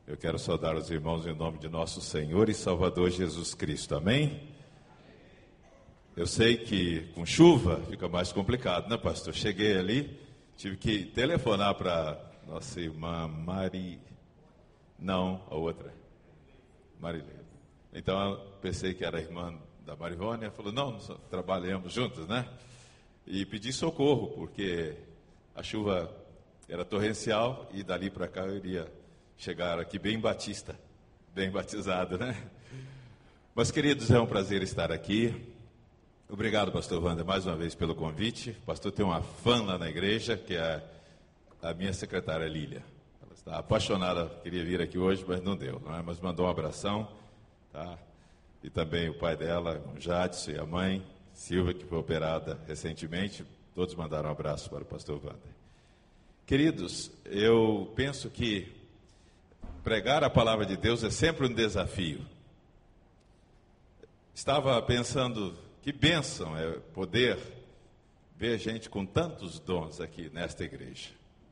Eu quero saudar os irmãos em nome de nosso Senhor e Salvador Jesus Cristo. Amém? Eu sei que com chuva fica mais complicado, né, pastor? Cheguei ali, tive que telefonar para nossa irmã Mari... Não, a outra. Marilene. Então, eu pensei que era a irmã da Marivone. Ela falou, não, nós trabalhamos juntos, né? E pedi socorro, porque a chuva era torrencial e dali para cá eu iria chegar aqui bem batista, bem batizado, né? Mas, queridos, é um prazer estar aqui. Obrigado, pastor Wander, mais uma vez pelo convite. O pastor tem uma fã lá na igreja, que é a minha secretária Lília. Ela está apaixonada, queria vir aqui hoje, mas não deu, não é? Mas mandou um abração, tá? E também o pai dela, o Jadson, e a mãe, Silvia, que foi operada recentemente. Todos mandaram um abraço para o pastor Wander. Queridos, eu penso que pregar a palavra de Deus é sempre um desafio. Estava pensando, que bênção é poder ver gente com tantos dons aqui nesta igreja.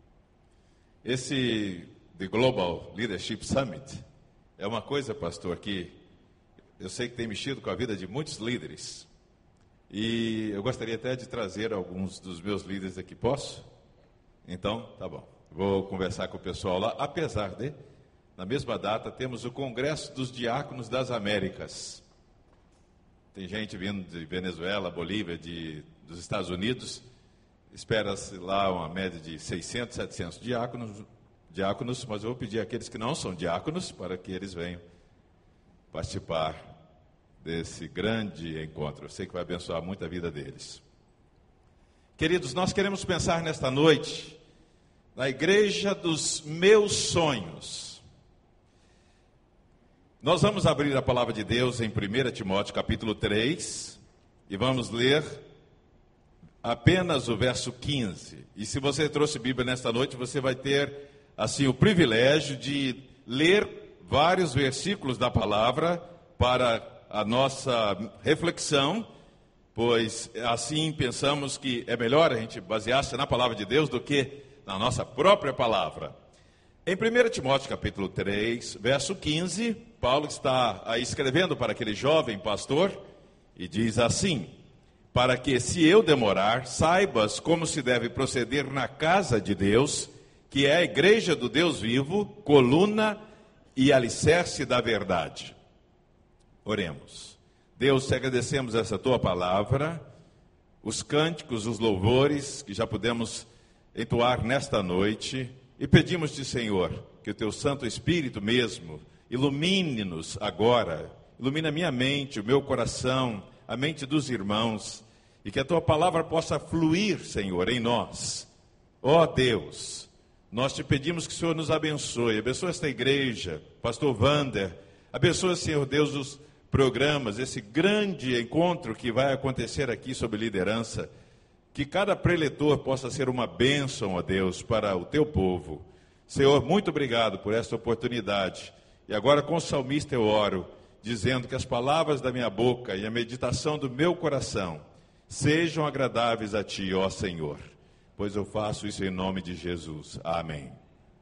Esse The Global Leadership Summit é uma coisa, pastor, que eu sei que tem mexido com a vida de muitos líderes. E eu gostaria até de trazer alguns dos meus líderes aqui. Posso? Então, tá bom. Vou conversar com o pessoal lá, apesar de, na mesma data, temos o Congresso dos Diáconos das Américas. Tem gente vindo de Venezuela, Bolívia, dos Estados Unidos. Espera-se lá uma média de 600, 700 diáconos, mas eu vou pedir àqueles que não são diáconos para que eles venham participar desse grande encontro. Eu sei que vai abençoar muito a vida deles. Queridos, nós queremos pensar nesta noite na igreja dos meus sonhos. Nós vamos abrir a palavra de Deus em 1 Timóteo capítulo 3 e vamos ler apenas o verso 15. E se você trouxe Bíblia nesta noite, você vai ter assim o privilégio de ler vários versículos da palavra para a nossa reflexão, pois assim pensamos que é melhor a gente basear-se na palavra de Deus do que na nossa própria palavra. Em 1 Timóteo capítulo 3, verso 15, Paulo está aí escrevendo para aquele jovem pastor e diz assim: para que, se eu demorar, saibas como se deve proceder na casa de Deus, que é a igreja do Deus vivo, coluna e alicerce da verdade. Oremos. Deus, te agradecemos essa tua palavra, os cânticos, os louvores que já pudemos entoar nesta noite, e pedimos-te, Senhor, que o teu Santo Espírito mesmo ilumine-nos agora, ilumine a minha mente, o meu coração, a mente dos irmãos, e que a tua palavra possa fluir, Senhor, em nós. Ó Deus, nós te pedimos que o Senhor nos abençoe esta igreja, pastor Wander, abençoe, Senhor Deus, os programas, esse grande encontro que vai acontecer aqui sobre liderança, que cada preletor possa ser uma bênção, ó Deus, para o teu povo. Senhor, muito obrigado por esta oportunidade. E agora com o salmista eu oro, dizendo que as palavras da minha boca e a meditação do meu coração sejam agradáveis a ti, ó Senhor, pois eu faço isso em nome de Jesus. Amém.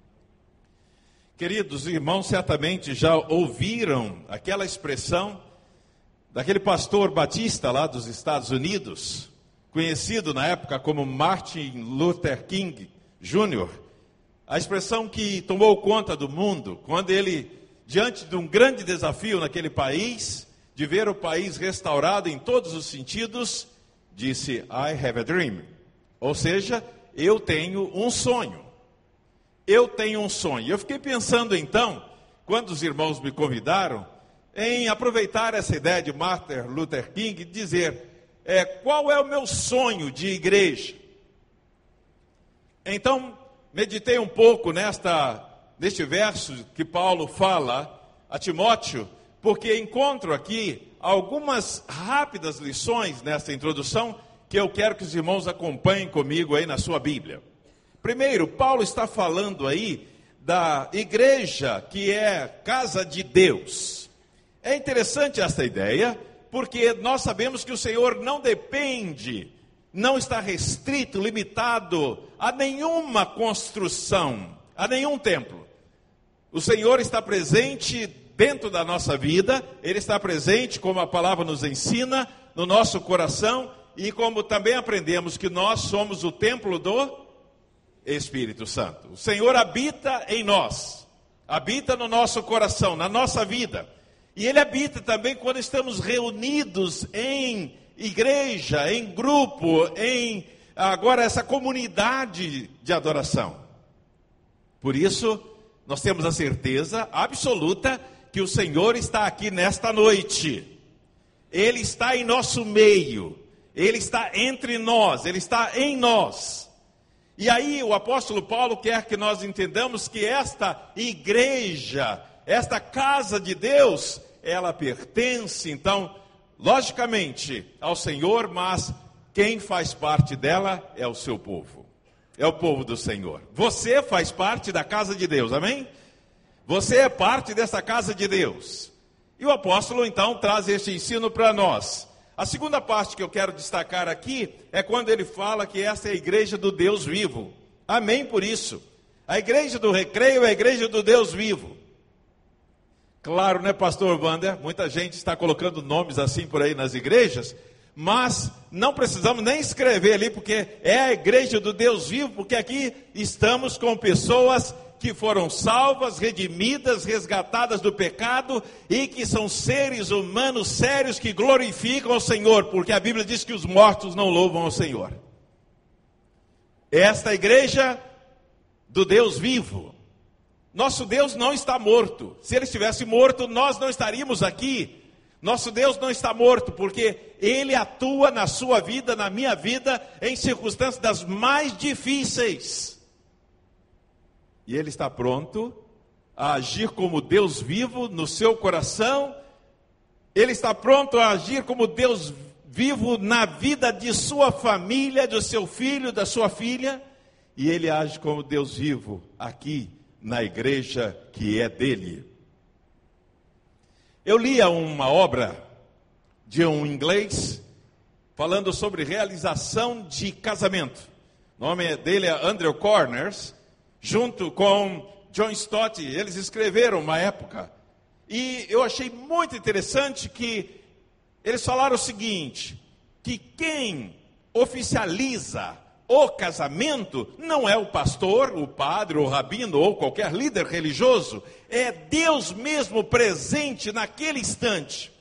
Queridos irmãos, certamente já ouviram aquela expressão daquele pastor batista lá dos Estados Unidos, conhecido na época como Martin Luther King Jr., a expressão que tomou conta do mundo, quando ele, diante de um grande desafio naquele país, de ver o país restaurado em todos os sentidos, disse, I have a dream. Ou seja, eu tenho um sonho. Eu tenho um sonho. Eu fiquei pensando então, quando os irmãos me convidaram, em aproveitar essa ideia de Martin Luther King e dizer, qual é o meu sonho de igreja? Então, meditei um pouco neste verso que Paulo fala a Timóteo, porque encontro aqui algumas rápidas lições nessa introdução que eu quero que os irmãos acompanhem comigo aí na sua Bíblia. Primeiro, Paulo está falando aí da igreja que é casa de Deus. É interessante essa ideia, porque nós sabemos que o Senhor não depende, não está restrito, limitado a nenhuma construção, a nenhum templo. O Senhor está presente dentro da nossa vida, Ele está presente, como a palavra nos ensina, no nosso coração, e como também aprendemos que nós somos o templo do Espírito Santo. O Senhor habita em nós, habita no nosso coração, na nossa vida. E Ele habita também quando estamos reunidos em igreja, em grupo, em agora essa comunidade de adoração. Por isso, nós temos a certeza absoluta que o Senhor está aqui nesta noite. Ele está em nosso meio, Ele está entre nós, Ele está em nós. E aí o apóstolo Paulo quer que nós entendamos que esta igreja, esta casa de Deus, ela pertence, então, logicamente, ao Senhor, mas quem faz parte dela é o seu povo. É o povo do Senhor. Você faz parte da casa de Deus, amém? Você é parte dessa casa de Deus. E o apóstolo, então, traz este ensino para nós. A segunda parte que eu quero destacar aqui é quando ele fala que essa é a igreja do Deus vivo. Amém por isso. A igreja do Recreio é a igreja do Deus vivo. Claro, né, pastor Wander? Muita gente está colocando nomes assim por aí nas igrejas, mas não precisamos nem escrever ali, porque é a igreja do Deus vivo, porque aqui estamos com pessoas que foram salvas, redimidas, resgatadas do pecado e que são seres humanos sérios que glorificam ao Senhor, porque a Bíblia diz que os mortos não louvam ao Senhor. Esta igreja do Deus vivo. Nosso Deus não está morto. Se Ele estivesse morto, nós não estaríamos aqui. Nosso Deus não está morto, porque Ele atua na sua vida, na minha vida, em circunstâncias das mais difíceis. E Ele está pronto a agir como Deus vivo no seu coração. Ele está pronto a agir como Deus vivo na vida de sua família, do seu filho, da sua filha. E Ele age como Deus vivo aqui na igreja que é dele. Eu lia uma obra de um inglês falando sobre realização de casamento. O nome dele é Andrew Corners, junto com John Stott. Eles escreveram uma época. E eu achei muito interessante que eles falaram o seguinte, que quem oficializa o casamento não é o pastor, o padre, o rabino ou qualquer líder religioso. É Deus mesmo presente naquele instante,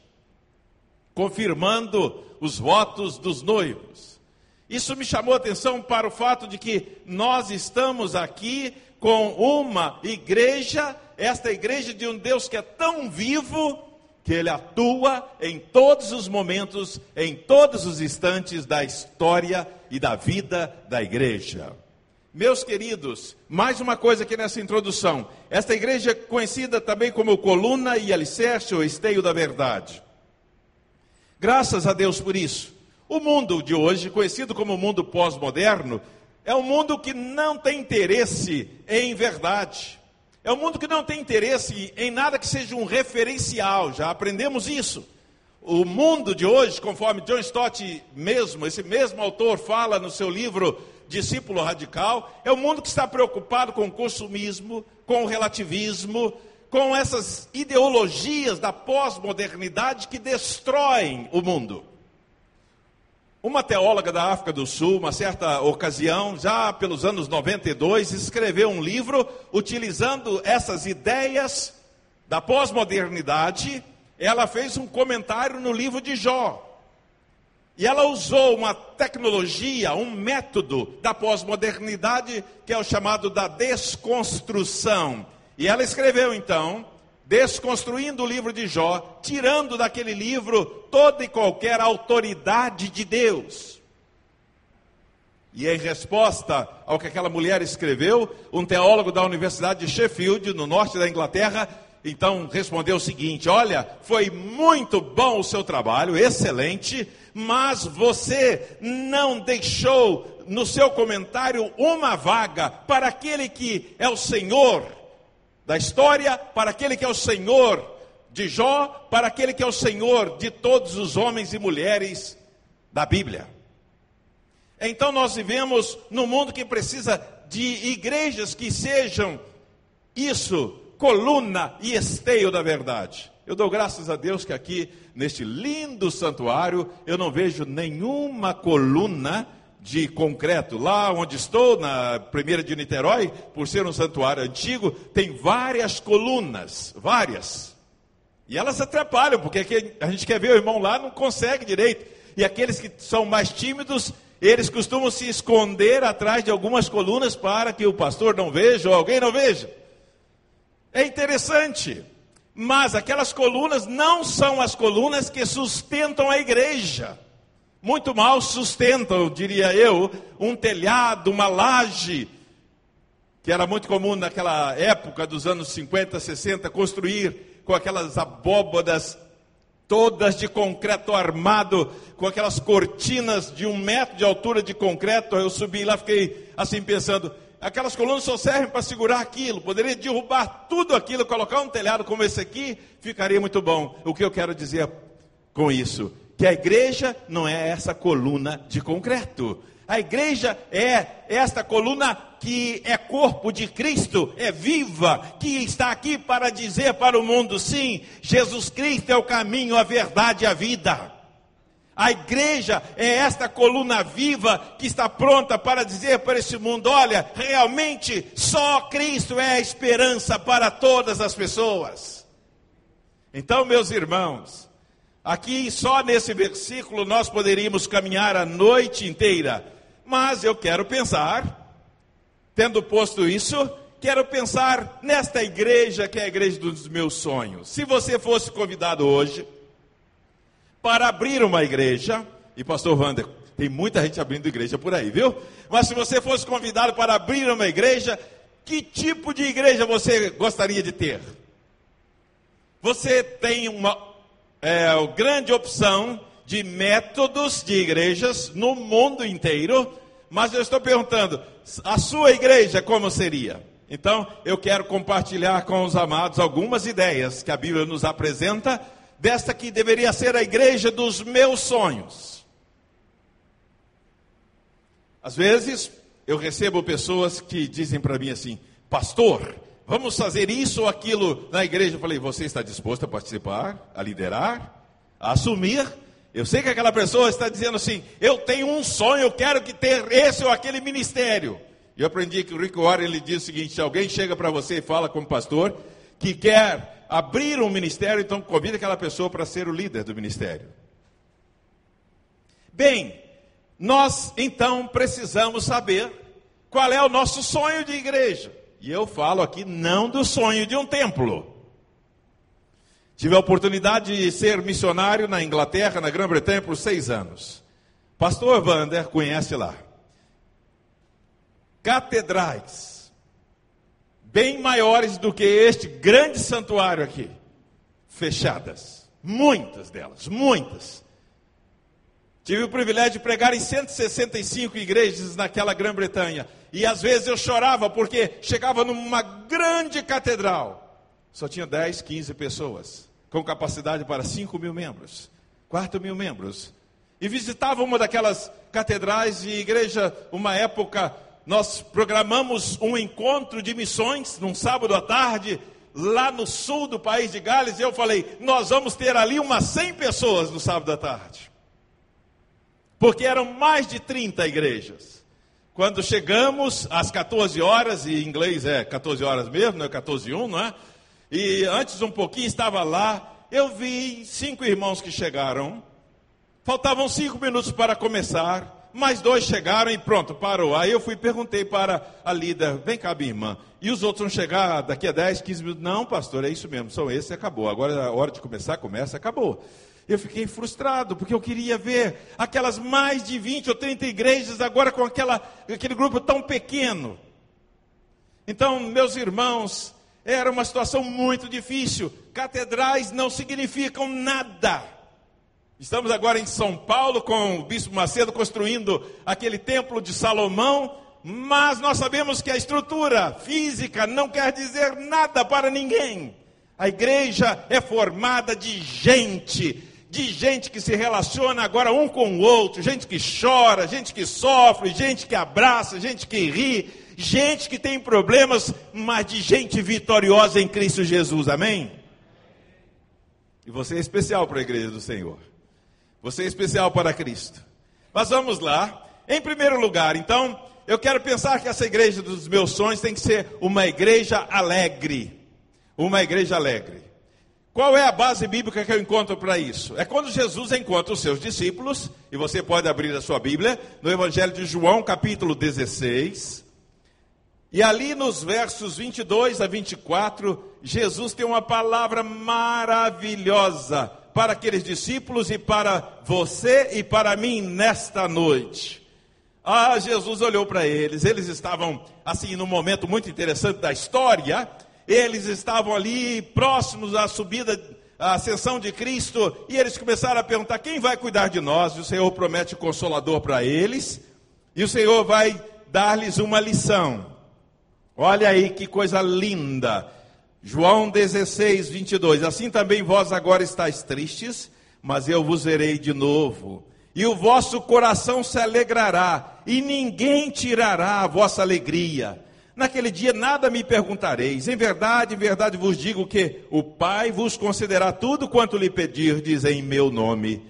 confirmando os votos dos noivos. Isso me chamou a atenção para o fato de que nós estamos aqui com uma igreja, esta igreja de um Deus que é tão vivo, que Ele atua em todos os momentos, em todos os instantes da história e da vida da igreja. Meus queridos, mais uma coisa aqui nessa introdução. Esta igreja é conhecida também como coluna e alicerce, ou esteio da verdade. Graças a Deus por isso. O mundo de hoje, conhecido como mundo pós-moderno, é um mundo que não tem interesse em verdade. É um mundo que não tem interesse em nada que seja um referencial, já aprendemos isso. O mundo de hoje, conforme John Stott mesmo, esse mesmo autor fala no seu livro Discípulo Radical, é um mundo que está preocupado com o consumismo, com o relativismo, com essas ideologias da pós-modernidade que destroem o mundo. Uma teóloga da África do Sul, uma certa ocasião, já pelos anos 92, escreveu um livro utilizando essas ideias da pós-modernidade. Ela fez um comentário no livro de Jó. E ela usou uma tecnologia, um método da pós-modernidade, que é o chamado da desconstrução. E ela escreveu então, desconstruindo o livro de Jó, tirando daquele livro toda e qualquer autoridade de Deus. E em resposta ao que aquela mulher escreveu, um teólogo da Universidade de Sheffield, no norte da Inglaterra, então respondeu o seguinte: olha, foi muito bom o seu trabalho, excelente, mas você não deixou no seu comentário uma vaga para aquele que é o Senhor da história, para aquele que é o Senhor de Jó, para aquele que é o Senhor de todos os homens e mulheres da Bíblia. Então nós vivemos num mundo que precisa de igrejas que sejam isso, coluna e esteio da verdade. Eu dou graças a Deus que aqui, neste lindo santuário, eu não vejo nenhuma coluna de concreto. Lá onde estou, na 1ª de Niterói, por ser um santuário antigo, tem várias colunas, várias. E elas atrapalham, porque a gente quer ver o irmão lá, não consegue direito. E aqueles que são mais tímidos, eles costumam se esconder atrás de algumas colunas para que o pastor não veja ou alguém não veja. É interessante. Mas aquelas colunas não são as colunas que sustentam a igreja. Muito mal sustentam, diria eu, um telhado, uma laje, que era muito comum naquela época dos anos 50, 60, construir com aquelas abóbadas todas de concreto armado, com aquelas cortinas de 1 metro de altura de concreto. Eu subi lá, fiquei assim pensando, aquelas colunas só servem para segurar aquilo, poderia derrubar tudo aquilo, colocar um telhado como esse aqui, ficaria muito bom. O que eu quero dizer com isso? Que a igreja não é essa coluna de concreto. A igreja é esta coluna que é corpo de Cristo, é viva, que está aqui para dizer para o mundo, sim, Jesus Cristo é o caminho, a verdade e a vida. A igreja é esta coluna viva que está pronta para dizer para esse mundo, olha, realmente só Cristo é a esperança para todas as pessoas. Então, meus irmãos, aqui só nesse versículo nós poderíamos caminhar a noite inteira. Mas eu quero pensar, tendo posto isso, quero pensar nesta igreja que é a igreja dos meus sonhos. Se você fosse convidado hoje para abrir uma igreja, e pastor Wander, tem muita gente abrindo igreja por aí, viu? Mas se você fosse convidado para abrir uma igreja, que tipo de igreja você gostaria de ter? Você tem uma grande opção de métodos de igrejas no mundo inteiro, mas eu estou perguntando, a sua igreja como seria? Então, eu quero compartilhar com os amados algumas ideias que a Bíblia nos apresenta, desta que deveria ser a igreja dos meus sonhos. Às vezes, eu recebo pessoas que dizem para mim assim, pastor, vamos fazer isso ou aquilo na igreja. Eu falei, você está disposto a participar, a liderar, a assumir? Eu sei que aquela pessoa está dizendo assim, eu tenho um sonho, eu quero que ter esse ou aquele ministério. E eu aprendi que o Rick Warren, ele diz o seguinte, se alguém chega para você e fala como pastor, que quer abrir um ministério, então convida aquela pessoa para ser o líder do ministério. Bem, nós então precisamos saber qual é o nosso sonho de igreja. E eu falo aqui não do sonho de um templo. Tive a oportunidade de ser missionário na Inglaterra, na Grã-Bretanha, por 6 anos. Pastor Wander conhece lá. Catedrais, bem maiores do que este grande santuário aqui, fechadas. Muitas delas, muitas. Tive o privilégio de pregar em 165 igrejas naquela Grã-Bretanha. E às vezes eu chorava porque chegava numa grande catedral. Só tinha 10, 15 pessoas. Com capacidade para 5.000 membros, 4.000 membros. E visitava uma daquelas catedrais de igreja, uma época, nós programamos um encontro de missões, num sábado à tarde, lá no sul do país de Gales, e eu falei, nós vamos ter ali umas 100 pessoas no sábado à tarde. Porque eram mais de 30 igrejas. Quando chegamos às 14 horas, e em inglês é 14 horas mesmo, não é 14:01, não é? E antes um pouquinho estava lá, eu vi 5 irmãos que chegaram, faltavam 5 minutos para começar, mais 2 chegaram e pronto, parou. Aí eu perguntei para a líder, vem cá minha irmã, e os outros vão chegar daqui a 10, 15 minutos? Não pastor, é isso mesmo, são esses e acabou, agora é a hora de começar, começa, acabou. Eu fiquei frustrado, porque eu queria ver aquelas mais de 20 ou 30 igrejas agora com aquele grupo tão pequeno. Então, meus irmãos, era uma situação muito difícil. Catedrais não significam nada. Estamos agora em São Paulo com o Bispo Macedo construindo aquele templo de Salomão, mas nós sabemos que a estrutura física não quer dizer nada para ninguém. A igreja é formada de gente que se relaciona agora um com o outro, gente que chora, gente que sofre, gente que abraça, gente que ri, Gente que tem problemas, mas de gente vitoriosa em Cristo Jesus, amém? E você é especial para a igreja do Senhor. Você é especial para Cristo. Mas vamos lá. Em primeiro lugar, então, eu quero pensar que essa igreja dos meus sonhos tem que ser uma igreja alegre. Uma igreja alegre. Qual é a base bíblica que eu encontro para isso? É quando Jesus encontra os seus discípulos, e você pode abrir a sua Bíblia, no Evangelho de João, capítulo 16. E ali nos versos 22 a 24, Jesus tem uma palavra maravilhosa para aqueles discípulos e para você e para mim nesta noite. Jesus olhou para eles estavam assim num momento muito interessante da história, eles estavam ali próximos à subida, à ascensão de Cristo, e eles começaram a perguntar, quem vai cuidar de nós? E o Senhor promete o Consolador para eles, e o Senhor vai dar-lhes uma lição. Olha aí que coisa linda, João 16, 22, assim também vós agora estáis tristes, mas eu vos verei de novo, e o vosso coração se alegrará, e ninguém tirará a vossa alegria. Naquele dia nada me perguntareis, em verdade vos digo que o Pai vos concederá tudo quanto lhe pedirdes em meu nome.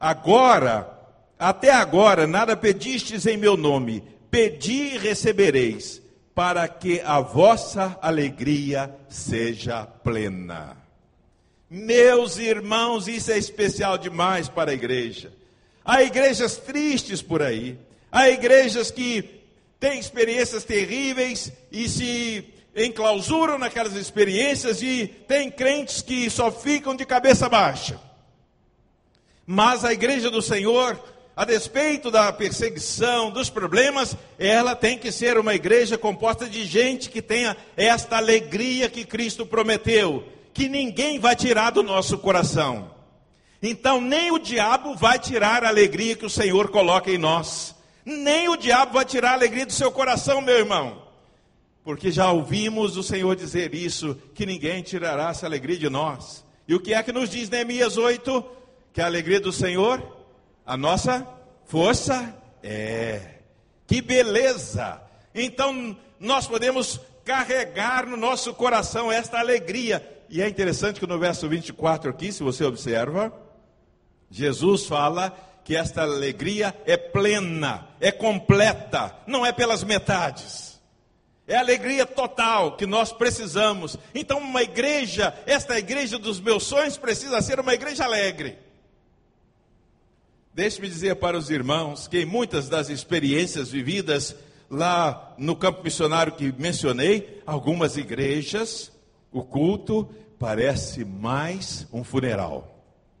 Até agora nada pedistes em meu nome, pedi e recebereis, para que a vossa alegria seja plena. Meus irmãos, isso é especial demais para a igreja. Há igrejas tristes por aí, há igrejas que têm experiências terríveis e se enclausuram naquelas experiências, e tem crentes que só ficam de cabeça baixa. Mas a igreja do Senhor, a despeito da perseguição, dos problemas, ela tem que ser uma igreja composta de gente que tenha esta alegria que Cristo prometeu, que ninguém vai tirar do nosso coração. Então nem o diabo vai tirar a alegria que o Senhor coloca em nós. Nem o diabo vai tirar a alegria do seu coração, meu irmão. Porque já ouvimos o Senhor dizer isso, que ninguém tirará essa alegria de nós. E o que é que nos diz Neemias 8? Que a alegria do Senhor, a nossa força é. Que beleza! Então nós podemos carregar no nosso coração esta alegria. E é interessante que no verso 24 aqui, se você observa, Jesus fala que esta alegria é plena, é completa, não é pelas metades. É a alegria total que nós precisamos. Então uma igreja, esta igreja dos meus sonhos precisa ser uma igreja alegre. Deixe-me dizer para os irmãos que em muitas das experiências vividas lá no campo missionário que mencionei, algumas igrejas, o culto parece mais um funeral.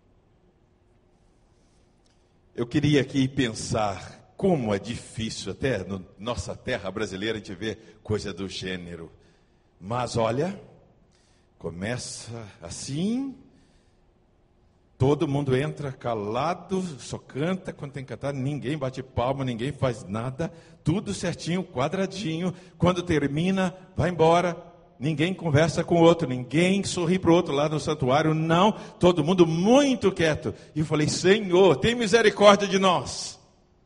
Eu queria aqui pensar como é difícil, até na nossa terra brasileira, a gente vê coisa do gênero. Mas olha, começa assim, todo mundo entra calado, só canta quando tem que cantar, ninguém bate palma, ninguém faz nada, tudo certinho, quadradinho. Quando termina, vai embora. Ninguém conversa com o outro, ninguém sorri para o outro lá no santuário, não, todo mundo muito quieto. E eu falei, Senhor, tem misericórdia de nós.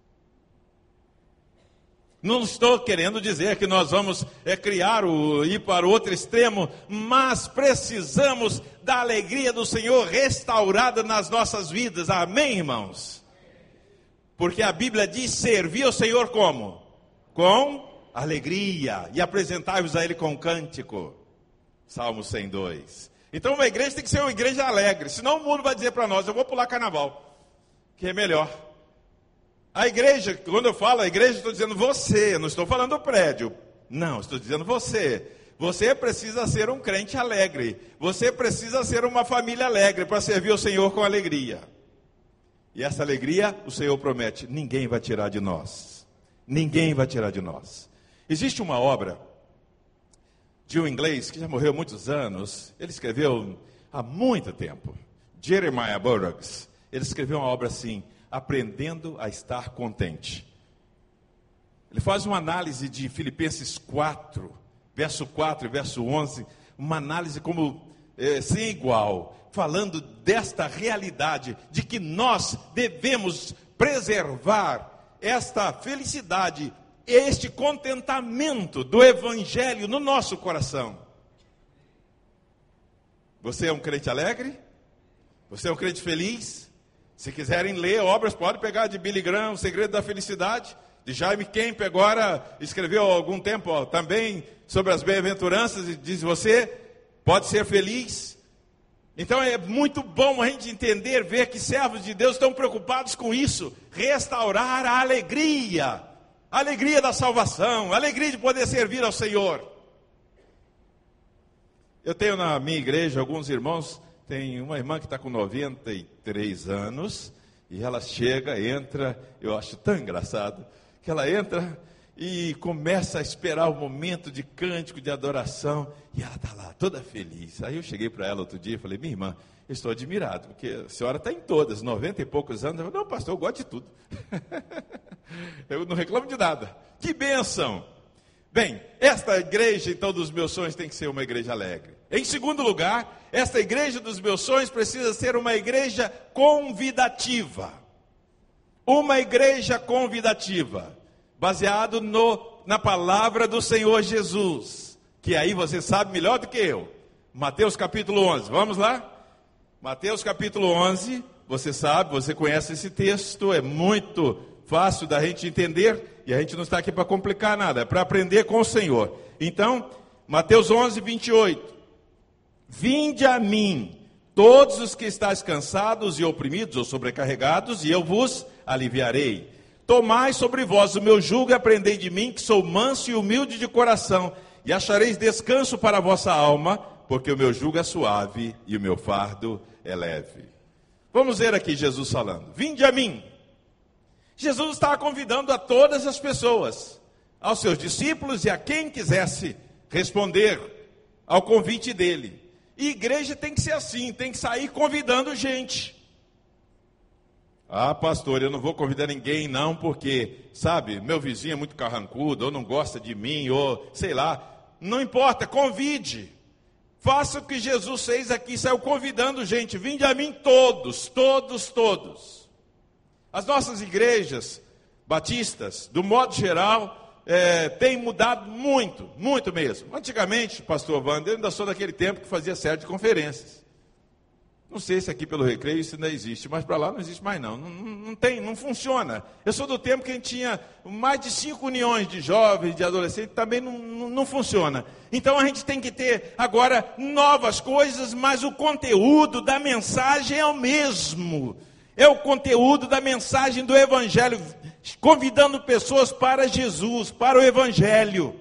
Não estou querendo dizer que nós vamos ir para o outro extremo, mas precisamos da alegria do Senhor restaurada nas nossas vidas, amém, irmãos? Porque a Bíblia diz servir ao Senhor como? Com alegria, e apresentai-vos a Ele com cântico. Salmo 102. Então uma igreja tem que ser uma igreja alegre, senão o mundo vai dizer para nós, eu vou pular carnaval, que é melhor. A igreja, quando eu falo a igreja, estou dizendo você, não estou falando do prédio, não, estou dizendo você. Você precisa ser um crente alegre, você precisa ser uma família alegre para servir o Senhor com alegria. E essa alegria, o Senhor promete, ninguém vai tirar de nós. Ninguém vai tirar de nós. Existe uma obra de um inglês que já morreu há muitos anos, ele escreveu há muito tempo, Jeremiah Burroughs. Ele escreveu uma obra assim, Aprendendo a Estar Contente. Ele faz uma análise de Filipenses 4, verso 4 e verso 11, uma análise como sem igual, falando desta realidade, de que nós devemos preservar esta felicidade este contentamento do Evangelho no nosso coração. Você é um crente alegre? Você é um crente feliz? Se quiserem ler obras, pode pegar de Billy Graham, O Segredo da Felicidade, de Jaime Kemp, agora escreveu há algum tempo também sobre as bem-aventuranças, e diz: você pode ser feliz. Então é muito bom a gente entender, ver que servos de Deus estão preocupados com isso, restaurar a alegria da salvação, a alegria de poder servir ao Senhor. Eu tenho na minha igreja alguns irmãos, tem uma irmã que está com 93 anos, e ela chega, entra, eu acho tão engraçado, que ela entra e começa a esperar o momento de cântico, de adoração, e ela está lá, toda feliz. Aí eu cheguei para ela outro dia e falei: minha irmã, eu estou admirado, porque a senhora está em todas, 90 e poucos anos. Eu falei: não, pastor, eu gosto de tudo. Eu não reclamo de nada. Que bênção! Bem, esta igreja, então, dos meus sonhos tem que ser uma igreja alegre. Em segundo lugar, esta igreja dos meus sonhos precisa ser uma igreja convidativa. Uma igreja convidativa, baseado na palavra do Senhor Jesus, que aí você sabe melhor do que eu. Mateus capítulo 11, vamos lá? Mateus capítulo 11, você sabe, você conhece esse texto, é muito fácil da gente entender, e a gente não está aqui para complicar nada, é para aprender com o Senhor. Então, Mateus 11, 28. Vinde a mim, todos os que estáis cansados e oprimidos ou sobrecarregados, e eu vos aliviarei. Tomai sobre vós o meu jugo e aprendei de mim, que sou manso e humilde de coração, e achareis descanso para a vossa alma, porque o meu jugo é suave e o meu fardo é leve. Vamos ver aqui Jesus falando: vinde a mim. Jesus estava convidando a todas as pessoas, aos seus discípulos e a quem quisesse responder ao convite dele. E igreja tem que ser assim, tem que sair convidando gente. Ah, pastor, eu não vou convidar ninguém não, porque, sabe, meu vizinho é muito carrancudo, ou não gosta de mim, ou sei lá. Não importa, convide. Faça o que Jesus fez aqui, saiu convidando gente. Vinde a mim todos, todos, todos. As nossas igrejas batistas, do modo geral, têm mudado muito, muito mesmo. Antigamente, pastor Wander, eu ainda sou daquele tempo que fazia série de conferências. Não sei se aqui pelo Recreio isso ainda existe, mas para lá não existe mais não. Não tem, não funciona. Eu sou do tempo que a gente tinha mais de 5 uniões de jovens, de adolescentes, também não funciona. Então a gente tem que ter agora novas coisas, mas o conteúdo da mensagem é o mesmo. É o conteúdo da mensagem do Evangelho, convidando pessoas para Jesus, para o Evangelho.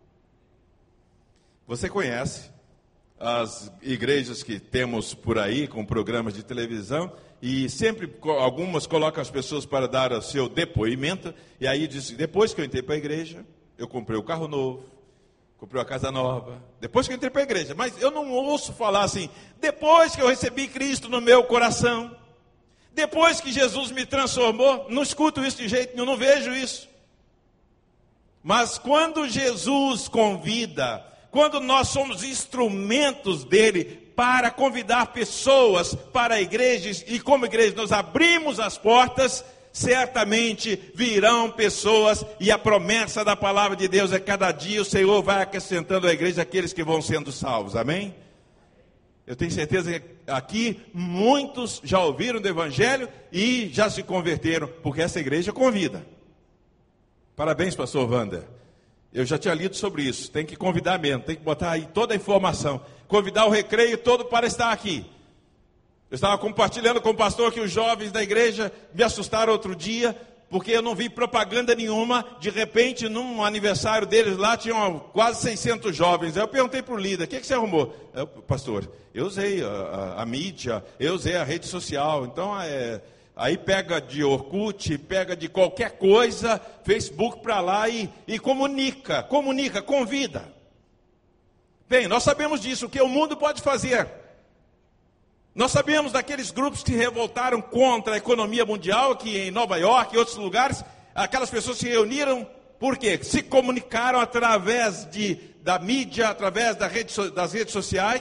Você conhece as igrejas que temos por aí, com programas de televisão, e sempre algumas colocam as pessoas para dar o seu depoimento, e aí diz: depois que eu entrei para a igreja, eu comprei o carro novo, comprei a casa nova, depois que eu entrei para a igreja. Mas eu não ouço falar assim: depois que eu recebi Cristo no meu coração, depois que Jesus me transformou. Não escuto isso de jeito nenhum, não vejo isso. Mas quando Jesus convida, quando nós somos instrumentos dele para convidar pessoas para a igreja, e como igreja nós abrimos as portas, certamente virão pessoas, e a promessa da palavra de Deus é: cada dia o Senhor vai acrescentando à igreja aqueles que vão sendo salvos, amém? Eu tenho certeza que aqui muitos já ouviram do Evangelho e já se converteram, porque essa igreja convida. Parabéns, pastor Wander. Eu já tinha lido sobre isso. Tem que convidar mesmo, tem que botar aí toda a informação. Convidar o Recreio todo para estar aqui. Eu estava compartilhando com o pastor que os jovens da igreja me assustaram outro dia, porque eu não vi propaganda nenhuma. De repente, num aniversário deles lá, tinham quase 600 jovens. Aí eu perguntei para o líder: o que você arrumou? Pastor, eu usei a mídia, eu usei a rede social. Então, aí pega de Orkut, pega de qualquer coisa, Facebook para lá e comunica, convida. Bem, nós sabemos disso, o que o mundo pode fazer. Nós sabemos daqueles grupos que se revoltaram contra a economia mundial, que em Nova York e outros lugares, aquelas pessoas se reuniram, por quê? Se comunicaram através da mídia, através das redes sociais,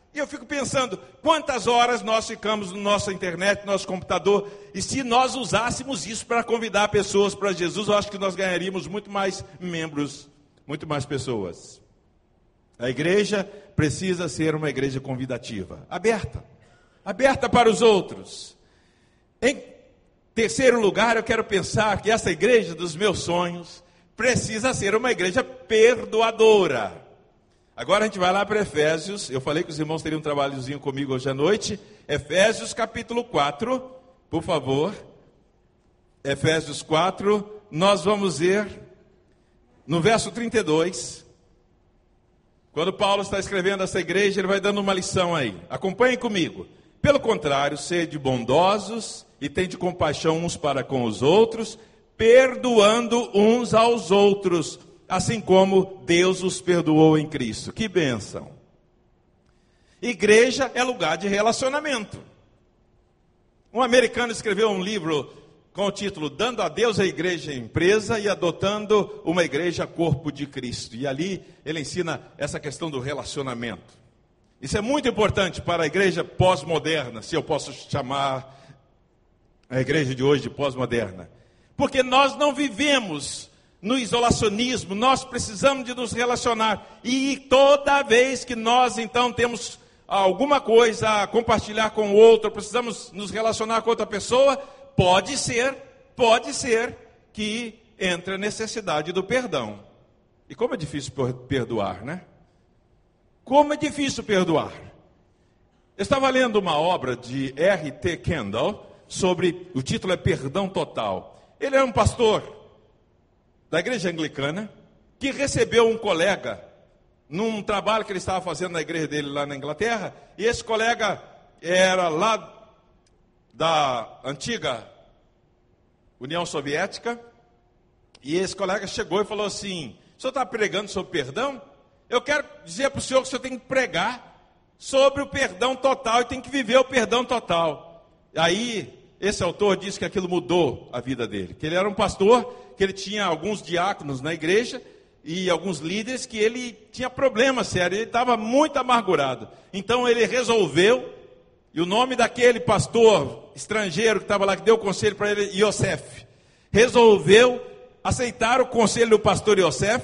E eu fico pensando, quantas horas nós ficamos na nossa internet, no nosso computador, e se nós usássemos isso para convidar pessoas para Jesus, eu acho que nós ganharíamos muito mais membros, muito mais pessoas. A igreja precisa ser uma igreja convidativa, aberta para os outros. Em terceiro lugar, eu quero pensar que essa igreja dos meus sonhos precisa ser uma igreja perdoadora. Agora a gente vai lá para Efésios. Eu falei que os irmãos teriam um trabalhozinho comigo hoje à noite. Efésios capítulo 4, por favor. Efésios 4, nós vamos ver no verso 32. Quando Paulo está escrevendo essa igreja, ele vai dando uma lição aí. Acompanhem comigo. Pelo contrário, sede bondosos e tende compaixão uns para com os outros, perdoando uns aos outros, assim como Deus os perdoou em Cristo. Que bênção! Igreja é lugar de relacionamento. Um americano escreveu um livro com o título Dando a Deus a Igreja Empresa e Adotando uma Igreja Corpo de Cristo. E ali ele ensina essa questão do relacionamento. Isso é muito importante para a igreja pós-moderna, se eu posso chamar a igreja de hoje de pós-moderna. Porque nós não vivemos no isolacionismo, nós precisamos de nos relacionar. E toda vez que nós, então, temos alguma coisa a compartilhar com o outro, precisamos nos relacionar com outra pessoa, pode ser que entre a necessidade do perdão. E como é difícil perdoar, né? Como é difícil perdoar. Eu estava lendo uma obra de R.T. Kendall, o título é Perdão Total. Ele era um pastor da igreja anglicana, que recebeu um colega num trabalho que ele estava fazendo na igreja dele lá na Inglaterra, e esse colega era lá da antiga União Soviética, e esse colega chegou e falou assim: o senhor está pregando sobre perdão? Eu quero dizer para o senhor que o senhor tem que pregar sobre o perdão total, e tem que viver o perdão total. Aí, esse autor disse que aquilo mudou a vida dele, que ele era um pastor, que ele tinha alguns diáconos na igreja e alguns líderes que ele tinha problema sério, ele estava muito amargurado. Então ele resolveu, e o nome daquele pastor estrangeiro que estava lá, que deu o conselho para ele, Yosef, resolveu aceitar o conselho do pastor Yosef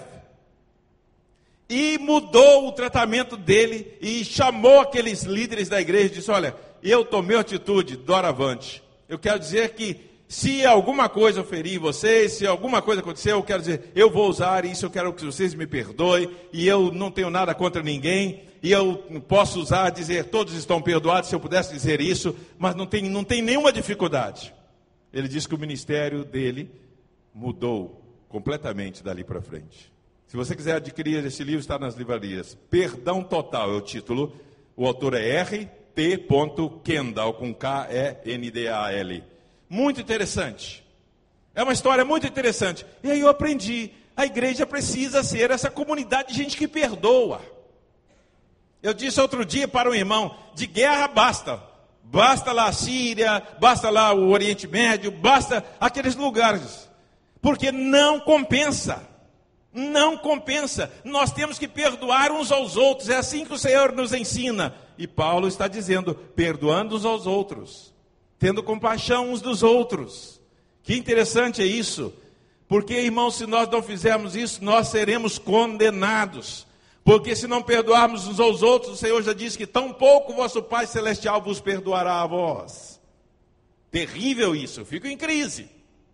e mudou o tratamento dele e chamou aqueles líderes da igreja e disse: olha, eu tomei atitude, doravante. Eu quero dizer que se alguma coisa eu ferir vocês, se alguma coisa acontecer, eu quero dizer, eu vou usar isso, eu quero que vocês me perdoem, e eu não tenho nada contra ninguém, e eu posso usar, dizer, todos estão perdoados, se eu pudesse dizer isso, mas não tem nenhuma dificuldade. Ele diz que o ministério dele mudou completamente dali para frente. Se você quiser adquirir esse livro, está nas livrarias. Perdão Total é o título, o autor é R.T. Kendall, com K-E-N-D-A-L. Muito interessante. É uma história muito interessante. E aí eu aprendi. A igreja precisa ser essa comunidade de gente que perdoa. Eu disse outro dia para um irmão, de guerra basta. Basta lá a Síria, basta lá o Oriente Médio, basta aqueles lugares. Porque não compensa. Não compensa. Nós temos que perdoar uns aos outros. É assim que o Senhor nos ensina. E Paulo está dizendo, perdoando uns aos outros, tendo compaixão uns dos outros. Que interessante é isso. Porque, irmãos, se nós não fizermos isso, nós seremos condenados. Porque se não perdoarmos uns aos outros, o Senhor já disse que tão pouco vosso Pai Celestial vos perdoará a vós. Terrível isso. Fico em crise.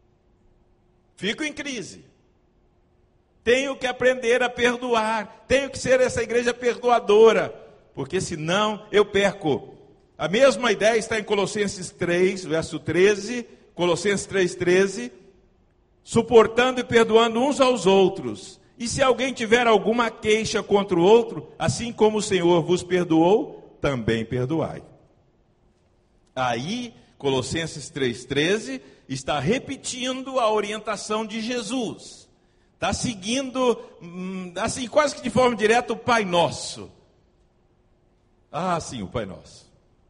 Tenho que aprender a perdoar. Tenho que ser essa igreja perdoadora. Porque senão eu perco. A mesma ideia está em Colossenses 3, verso 13. Colossenses 3,13. Suportando e perdoando uns aos outros. E se alguém tiver alguma queixa contra o outro, assim como o Senhor vos perdoou, também perdoai. Aí, Colossenses 3,13 está repetindo a orientação de Jesus. Está seguindo, assim, quase que de forma direta, o Pai Nosso. Ah, sim, o Pai Nosso.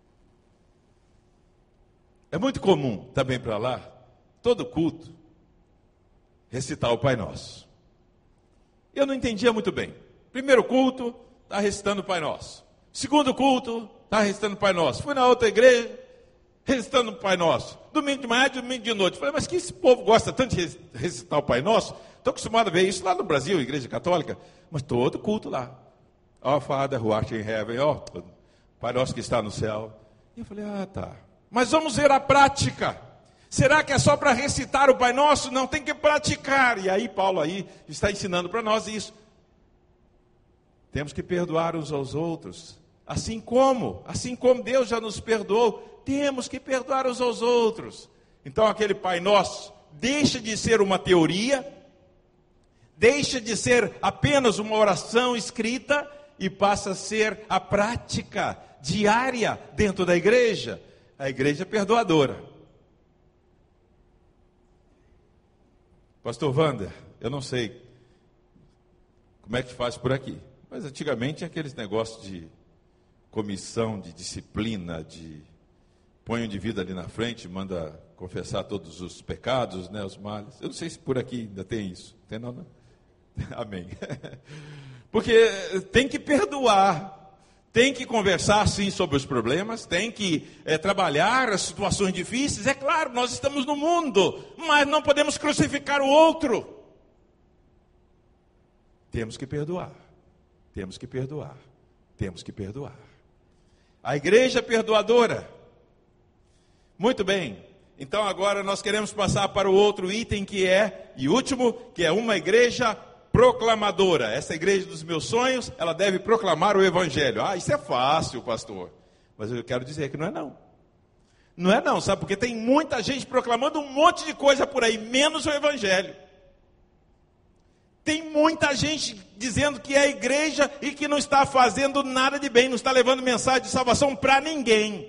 É muito comum, também para lá, todo culto, recitar o Pai Nosso. Eu não entendia muito bem. Primeiro culto, está recitando o Pai Nosso. Segundo culto, está recitando o Pai Nosso. Fui na outra igreja, recitando o Pai Nosso. Domingo de manhã, domingo de noite. Falei, mas que esse povo gosta tanto de recitar o Pai Nosso? Estou acostumado a ver isso lá no Brasil, igreja católica. Mas todo culto lá. Ó, Father, who art in heaven, ó, Pai Nosso que está no céu. E eu falei, tá. Mas vamos ver a prática. Será que é só para recitar o Pai Nosso? Não, tem que praticar. E aí Paulo aí está ensinando para nós isso. Temos que perdoar uns aos outros. Assim como Deus já nos perdoou, temos que perdoar uns aos outros. Então aquele Pai Nosso deixa de ser uma teoria, deixa de ser apenas uma oração escrita e passa a ser a prática diária dentro da igreja. A igreja perdoadora. Pastor Wander, eu não sei como é que faz por aqui, mas antigamente aqueles negócios de comissão, de disciplina, de põe um indivíduo ali na frente, manda confessar todos os pecados, né, os males. Eu não sei se por aqui ainda tem isso. Tem não, não? Amém. Porque tem que perdoar. Tem que conversar, sim, sobre os problemas, tem que trabalhar as situações difíceis. É claro, nós estamos no mundo, mas não podemos crucificar o outro. Temos que perdoar, temos que perdoar, temos que perdoar. A igreja perdoadora. Muito bem, então agora nós queremos passar para o outro item e último, que é uma igreja proclamadora. Essa igreja dos meus sonhos, ela deve proclamar o evangelho. Isso é fácil, pastor. Mas eu quero dizer que não é não. Não é não, sabe? Porque tem muita gente proclamando um monte de coisa por aí, menos o evangelho. Tem muita gente dizendo que é igreja e que não está fazendo nada de bem, não está levando mensagem de salvação para ninguém.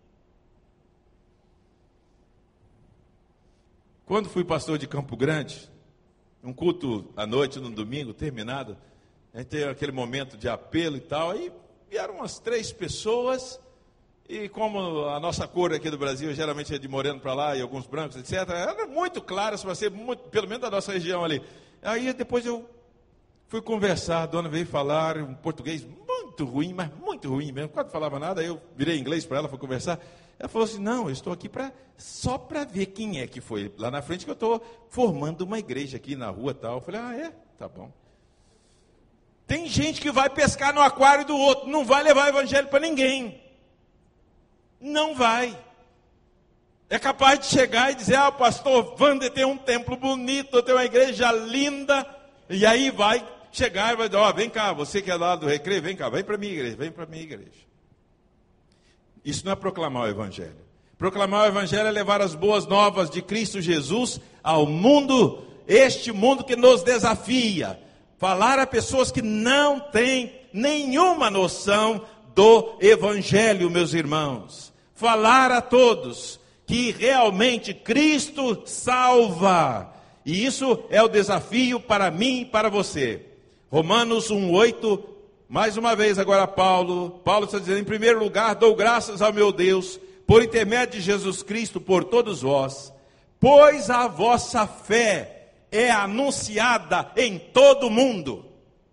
Quando fui pastor de Campo Grande, um culto à noite, no domingo, terminado, a gente teve aquele momento de apelo e tal, aí vieram umas 3 pessoas, e como a nossa cor aqui do Brasil geralmente é de moreno para lá, e alguns brancos, etc., era muito claro, para ser pelo menos da nossa região ali. Aí depois eu fui conversar, a dona veio falar um português muito ruim, mas muito ruim mesmo, quase não falava nada, aí eu virei inglês para ela, fui conversar. Ela falou assim, não, eu estou aqui só para ver quem é que foi lá na frente, que eu estou formando uma igreja aqui na rua e tal. Eu falei, tá bom. Tem gente que vai pescar no aquário do outro, não vai levar evangelho para ninguém. Não vai. É capaz de chegar e dizer, o pastor Wander tem um templo bonito, tem uma igreja linda, e aí vai chegar e vai dizer, vem cá, você que é lá do Recreio, vem cá, vem para a minha igreja, vem para a minha igreja. Isso não é proclamar o evangelho. Proclamar o evangelho é levar as boas novas de Cristo Jesus ao mundo, este mundo que nos desafia. Falar a pessoas que não têm nenhuma noção do evangelho, meus irmãos. Falar a todos que realmente Cristo salva. E isso é o desafio para mim e para você. Romanos 1:8. Mais uma vez agora Paulo está dizendo, em primeiro lugar, dou graças ao meu Deus, por intermédio de Jesus Cristo, por todos vós, pois a vossa fé é anunciada em todo o mundo.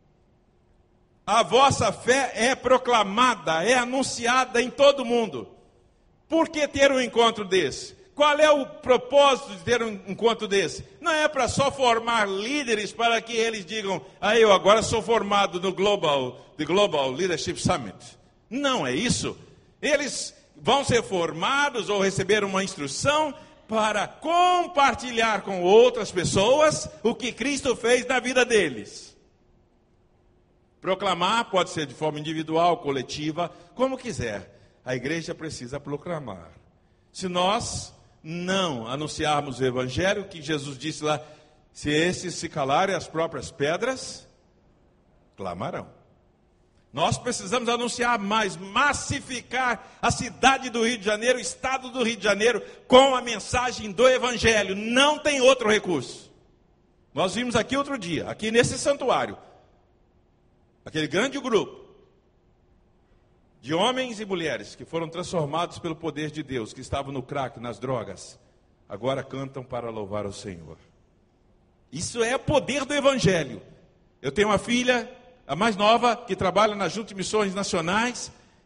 A vossa fé é proclamada, é anunciada em todo o mundo. Por que ter um encontro desse? Qual é o propósito de ter um encontro desse? Não é para só formar líderes para que eles digam, eu agora sou formado no The Global Leadership Summit. Não é isso. Eles vão ser formados ou receber uma instrução para compartilhar com outras pessoas o que Cristo fez na vida deles. Proclamar pode ser de forma individual, coletiva, como quiser. A igreja precisa proclamar. Se nós não anunciarmos o evangelho, que Jesus disse lá, se esses se calarem, as próprias pedras clamarão. Nós precisamos anunciar mais, massificar a cidade do Rio de Janeiro, o estado do Rio de Janeiro, com a mensagem do evangelho. Não tem outro recurso. Nós vimos aqui outro dia, aqui nesse santuário, aquele grande grupo de homens e mulheres que foram transformados pelo poder de Deus, que estavam no crack, nas drogas, agora cantam para louvar o Senhor. Isso é o poder do evangelho. Eu tenho uma filha, a mais nova, que trabalha na Junta de Missões Nacionais,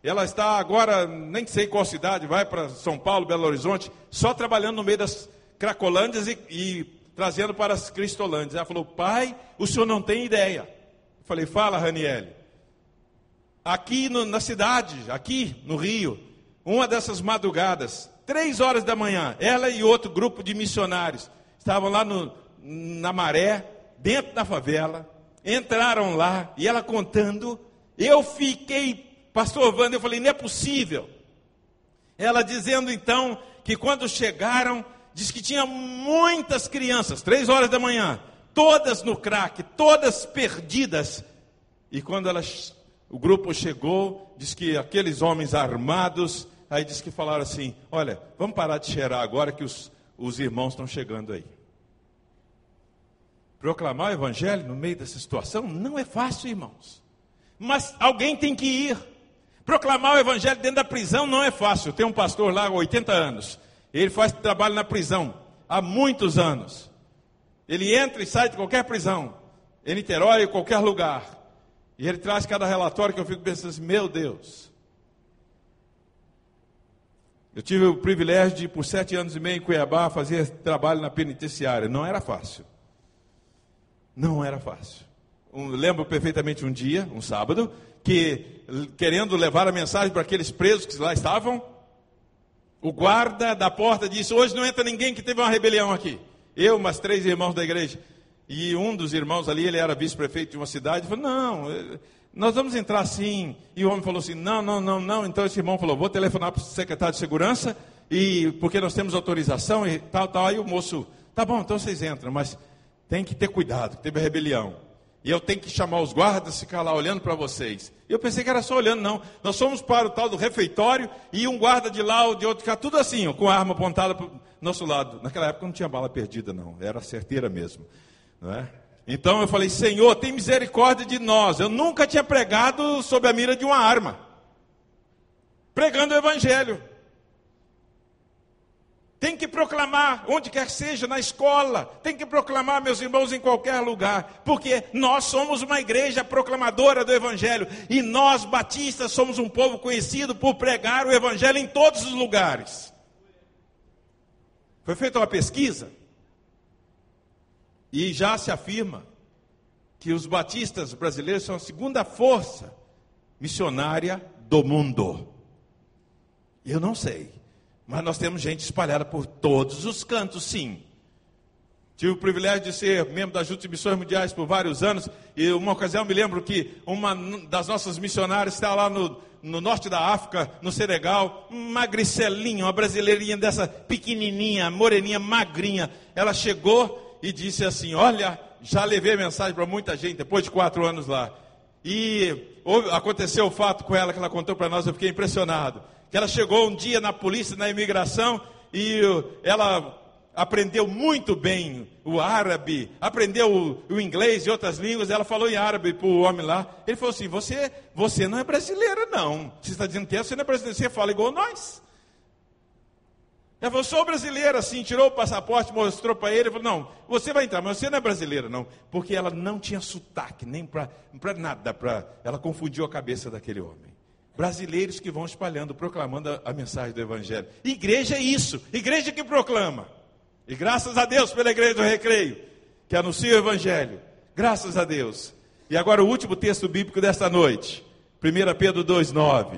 ela está agora, nem sei qual cidade, vai para São Paulo, Belo Horizonte, só trabalhando no meio das Cracolândias e trazendo para as Cristolândias. Ela falou, pai, o senhor não tem ideia. Eu falei, fala, Raniele. Aqui na cidade, aqui no Rio, uma dessas madrugadas, 3 horas da manhã, ela e outro grupo de missionários estavam lá na Maré, dentro da favela, entraram lá, e ela contando, eu fiquei, pastor Wander, eu falei, não é possível. Ela dizendo então, que quando chegaram, diz que tinha muitas crianças, 3 horas da manhã, todas no crack, todas perdidas, e quando o grupo chegou, diz que aqueles homens armados, aí diz que falaram assim, olha, vamos parar de cheirar agora que os irmãos estão chegando aí. Proclamar o evangelho no meio dessa situação não é fácil, irmãos. Mas alguém tem que ir. Proclamar o evangelho dentro da prisão não é fácil. Tem um pastor lá há 80 anos. Ele faz trabalho na prisão há muitos anos. Ele entra e sai de qualquer prisão. Em Niterói, em qualquer lugar. E ele traz cada relatório que eu fico pensando assim, meu Deus. Eu tive o privilégio de, por 7 anos e meio em Cuiabá, fazer trabalho na penitenciária. Não era fácil. Não era fácil. Lembro perfeitamente um dia, um sábado, que querendo levar a mensagem para aqueles presos que lá estavam, o guarda da porta disse, hoje não entra ninguém que teve uma rebelião aqui. Eu, mas 3 irmãos da igreja. E um dos irmãos ali, ele era vice-prefeito de uma cidade, falou, não, nós vamos entrar sim. E o homem falou assim, não. Então esse irmão falou, vou telefonar para o secretário de segurança, porque nós temos autorização e tal. Aí o moço, tá bom, então vocês entram, mas tem que ter cuidado, que teve rebelião. E eu tenho que chamar os guardas, ficar lá olhando para vocês. E eu pensei que era só olhando, não. Nós fomos para o tal do refeitório, e um guarda de lá, o de outro cá, tudo assim, ó, com a arma apontada para o nosso lado. Naquela época não tinha bala perdida, não. Era certeira mesmo. Não é? Então eu falei, Senhor, tem misericórdia de nós. Eu nunca tinha pregado sob a mira de uma arma. Pregando o evangelho. Tem que proclamar, onde quer que seja, na escola. Tem que proclamar, meus irmãos, em qualquer lugar. Porque nós somos uma igreja proclamadora do evangelho. E nós, batistas, somos um povo conhecido por pregar o evangelho em todos os lugares. Foi feita uma pesquisa. E já se afirma que os batistas brasileiros são a 2ª força missionária do mundo. Eu não sei. Mas nós temos gente espalhada por todos os cantos, sim. Tive o privilégio de ser membro da Junta de Missões Mundiais por vários anos. E uma ocasião me lembro que uma das nossas missionárias está lá no norte da África, no Senegal. Magricelinha, uma brasileirinha dessa pequenininha, moreninha, magrinha. Ela chegou e disse assim, olha, já levei mensagem para muita gente, depois de 4 anos lá. E aconteceu o fato com ela que ela contou para nós, eu fiquei impressionado. Que ela chegou um dia na polícia, na imigração, e ela aprendeu muito bem o árabe, aprendeu o inglês e outras línguas, ela falou em árabe para o homem lá. Ele falou assim, você não é brasileira não, você está dizendo que você não é brasileira, você fala igual nós. Ela falou, sou brasileira, sim, tirou o passaporte, mostrou para ele, falou, não, você vai entrar, mas você não é brasileira não, porque ela não tinha sotaque, nem para nada, ela confundiu a cabeça daquele homem. Brasileiros que vão espalhando, proclamando a mensagem do evangelho. Igreja é isso, igreja que proclama. E graças a Deus pela igreja do Recreio, que anuncia o evangelho. Graças a Deus. E agora o último texto bíblico desta noite. 1 Pedro 2,9.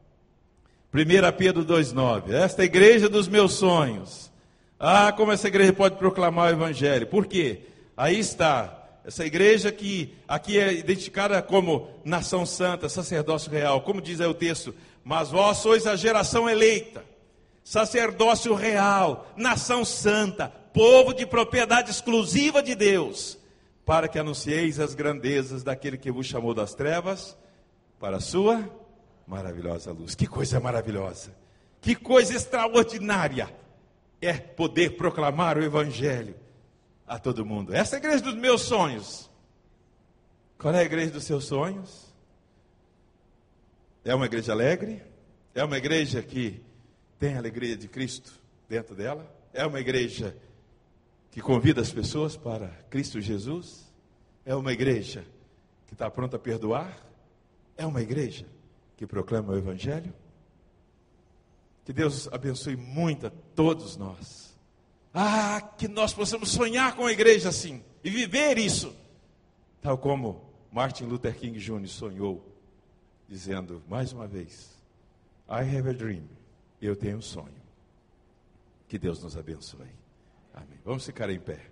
1 Pedro 2,9. Esta igreja dos meus sonhos. Ah, como essa igreja pode proclamar o evangelho. Por quê? Aí está. Essa igreja que aqui é identificada como nação santa, sacerdócio real. Como diz aí o texto, mas vós sois a geração eleita, sacerdócio real, nação santa, povo de propriedade exclusiva de Deus, para que anuncieis as grandezas daquele que vos chamou das trevas para a sua maravilhosa luz. Que coisa maravilhosa, que coisa extraordinária é poder proclamar o evangelho a todo mundo. Essa é a igreja dos meus sonhos. Qual é a igreja dos seus sonhos? É uma igreja alegre? É uma igreja que tem a alegria de Cristo dentro dela? É uma igreja que convida as pessoas para Cristo Jesus? É uma igreja que está pronta a perdoar? É uma igreja que proclama o Evangelho. Que Deus abençoe muito a todos nós. Que nós possamos sonhar com a igreja assim e viver isso, tal como Martin Luther King Jr. sonhou, dizendo mais uma vez: I have a dream. Eu tenho um sonho. Que Deus nos abençoe. Amém. Vamos ficar em pé.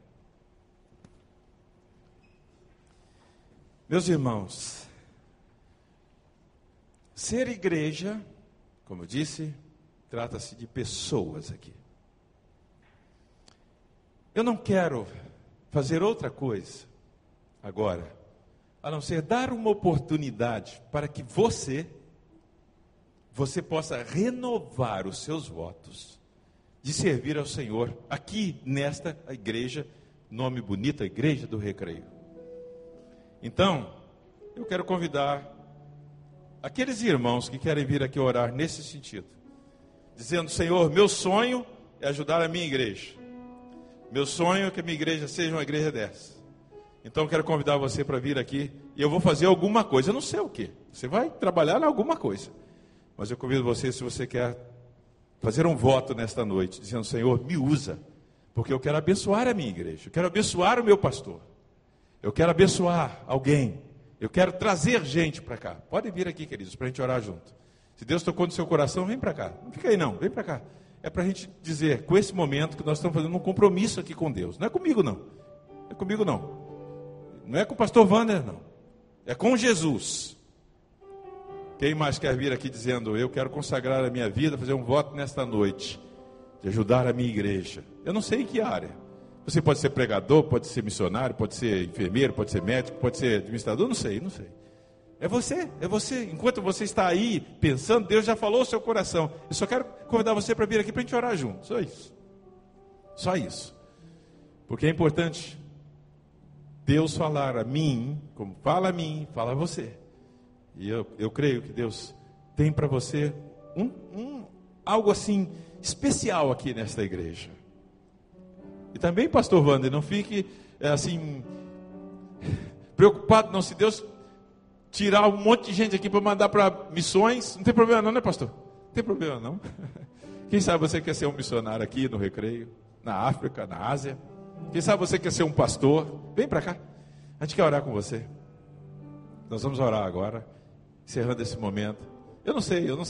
Meus irmãos, ser igreja, como eu disse, trata-se de pessoas aqui. Eu não quero fazer outra coisa agora, a não ser dar uma oportunidade para que você possa renovar os seus votos de servir ao Senhor aqui nesta igreja, nome bonito, a Igreja do Recreio. Então, eu quero convidar aqueles irmãos que querem vir aqui orar nesse sentido, dizendo: Senhor, meu sonho é ajudar a minha igreja. Meu sonho é que a minha igreja seja uma igreja dessa. Então eu quero convidar você para vir aqui e eu vou fazer alguma coisa. Eu não sei o que. Você vai trabalhar em alguma coisa. Mas eu convido você, se você quer fazer um voto nesta noite, dizendo: Senhor, me usa, porque eu quero abençoar a minha igreja. Eu quero abençoar o meu pastor. Eu quero abençoar alguém. Eu quero trazer gente para cá. Podem vir aqui, queridos, para a gente orar junto. Se Deus tocou no seu coração, vem para cá. Não fica aí não, vem para cá. É para a gente dizer, com esse momento, que nós estamos fazendo um compromisso aqui com Deus. Não é comigo não. Não é comigo não. Não é com o pastor Wander não. É com Jesus. Quem mais quer vir aqui dizendo: eu quero consagrar a minha vida, fazer um voto nesta noite, de ajudar a minha igreja? Eu não sei em que área. Você pode ser pregador, pode ser missionário, pode ser enfermeiro, pode ser médico, pode ser administrador, não sei. É você. Enquanto você está aí pensando, Deus já falou o seu coração. Eu só quero convidar você para vir aqui para a gente orar junto. Só isso. Porque é importante Deus falar a mim, como fala a mim, fala a você. E eu creio que Deus tem para você algo assim especial aqui nesta igreja. E também, pastor Wander, não fique assim preocupado não, se Deus tirar um monte de gente aqui para mandar para missões, não tem problema não, né, pastor? Não tem problema não. Quem sabe você quer ser um missionário aqui no Recreio, na África, na Ásia. Quem sabe você quer ser um pastor. Vem para cá, a gente quer orar com você. Nós vamos orar agora, encerrando esse momento. Eu não sei. Eu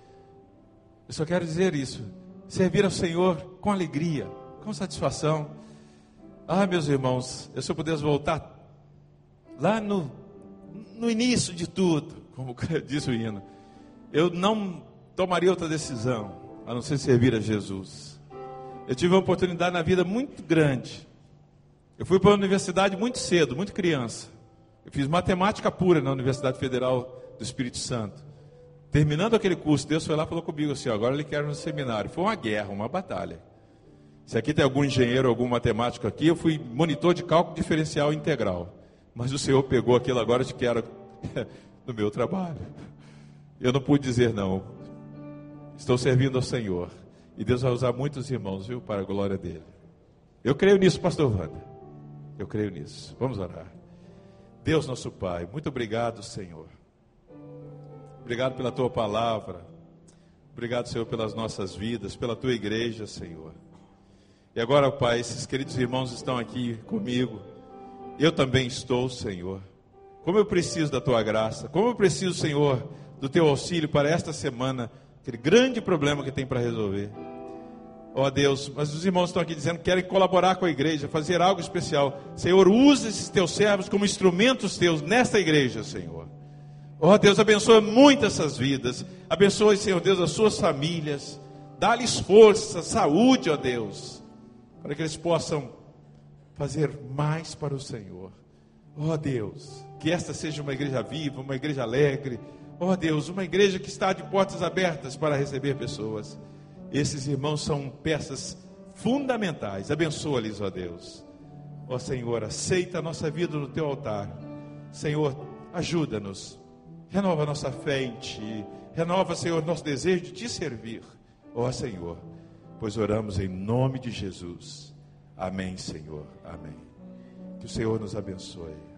só quero dizer isso: servir ao Senhor com alegria, com satisfação. Meus irmãos, se eu pudesse voltar lá no início de tudo, como diz o hino, eu não tomaria outra decisão a não ser servir a Jesus. Eu tive uma oportunidade na vida muito grande. Eu fui para a universidade muito cedo, muito criança. Eu fiz matemática pura na Universidade Federal do Espírito Santo. Terminando aquele curso, Deus foi lá e falou comigo assim: agora Ele quer no seminário. Foi uma guerra, uma batalha. Se aqui tem algum engenheiro, algum matemático aqui, eu fui monitor de cálculo diferencial integral. Mas o Senhor pegou aquilo agora de que era no meu trabalho. Eu não pude dizer não. Estou servindo ao Senhor. E Deus vai usar muitos irmãos, viu, para a glória dEle. Eu creio nisso, pastor Wander. Eu creio nisso. Vamos orar. Deus nosso Pai, muito obrigado, Senhor. Obrigado pela Tua palavra. Obrigado, Senhor, pelas nossas vidas, pela Tua igreja, Senhor. E agora, Pai, esses queridos irmãos estão aqui comigo. Eu também estou, Senhor. Como eu preciso da Tua graça. Como eu preciso, Senhor, do Teu auxílio para esta semana. Aquele grande problema que tem para resolver. Deus, mas os irmãos estão aqui dizendo que querem colaborar com a igreja, fazer algo especial. Senhor, usa esses Teus servos como instrumentos Teus nesta igreja, Senhor. Deus, abençoa muito essas vidas. Abençoe, Senhor Deus, as suas famílias. Dá-lhes força, saúde, Deus, para que eles possam fazer mais para o Senhor. Deus, que esta seja uma igreja viva, uma igreja alegre. Deus, uma igreja que está de portas abertas para receber pessoas. Esses irmãos são peças fundamentais. Abençoa-lhes, Deus. Senhor, aceita a nossa vida no Teu altar. Senhor, ajuda-nos. Renova a nossa fé em Ti. Renova, Senhor, nosso desejo de Te servir. Senhor, pois oramos em nome de Jesus. Amém, Senhor. Amém. Que o Senhor nos abençoe.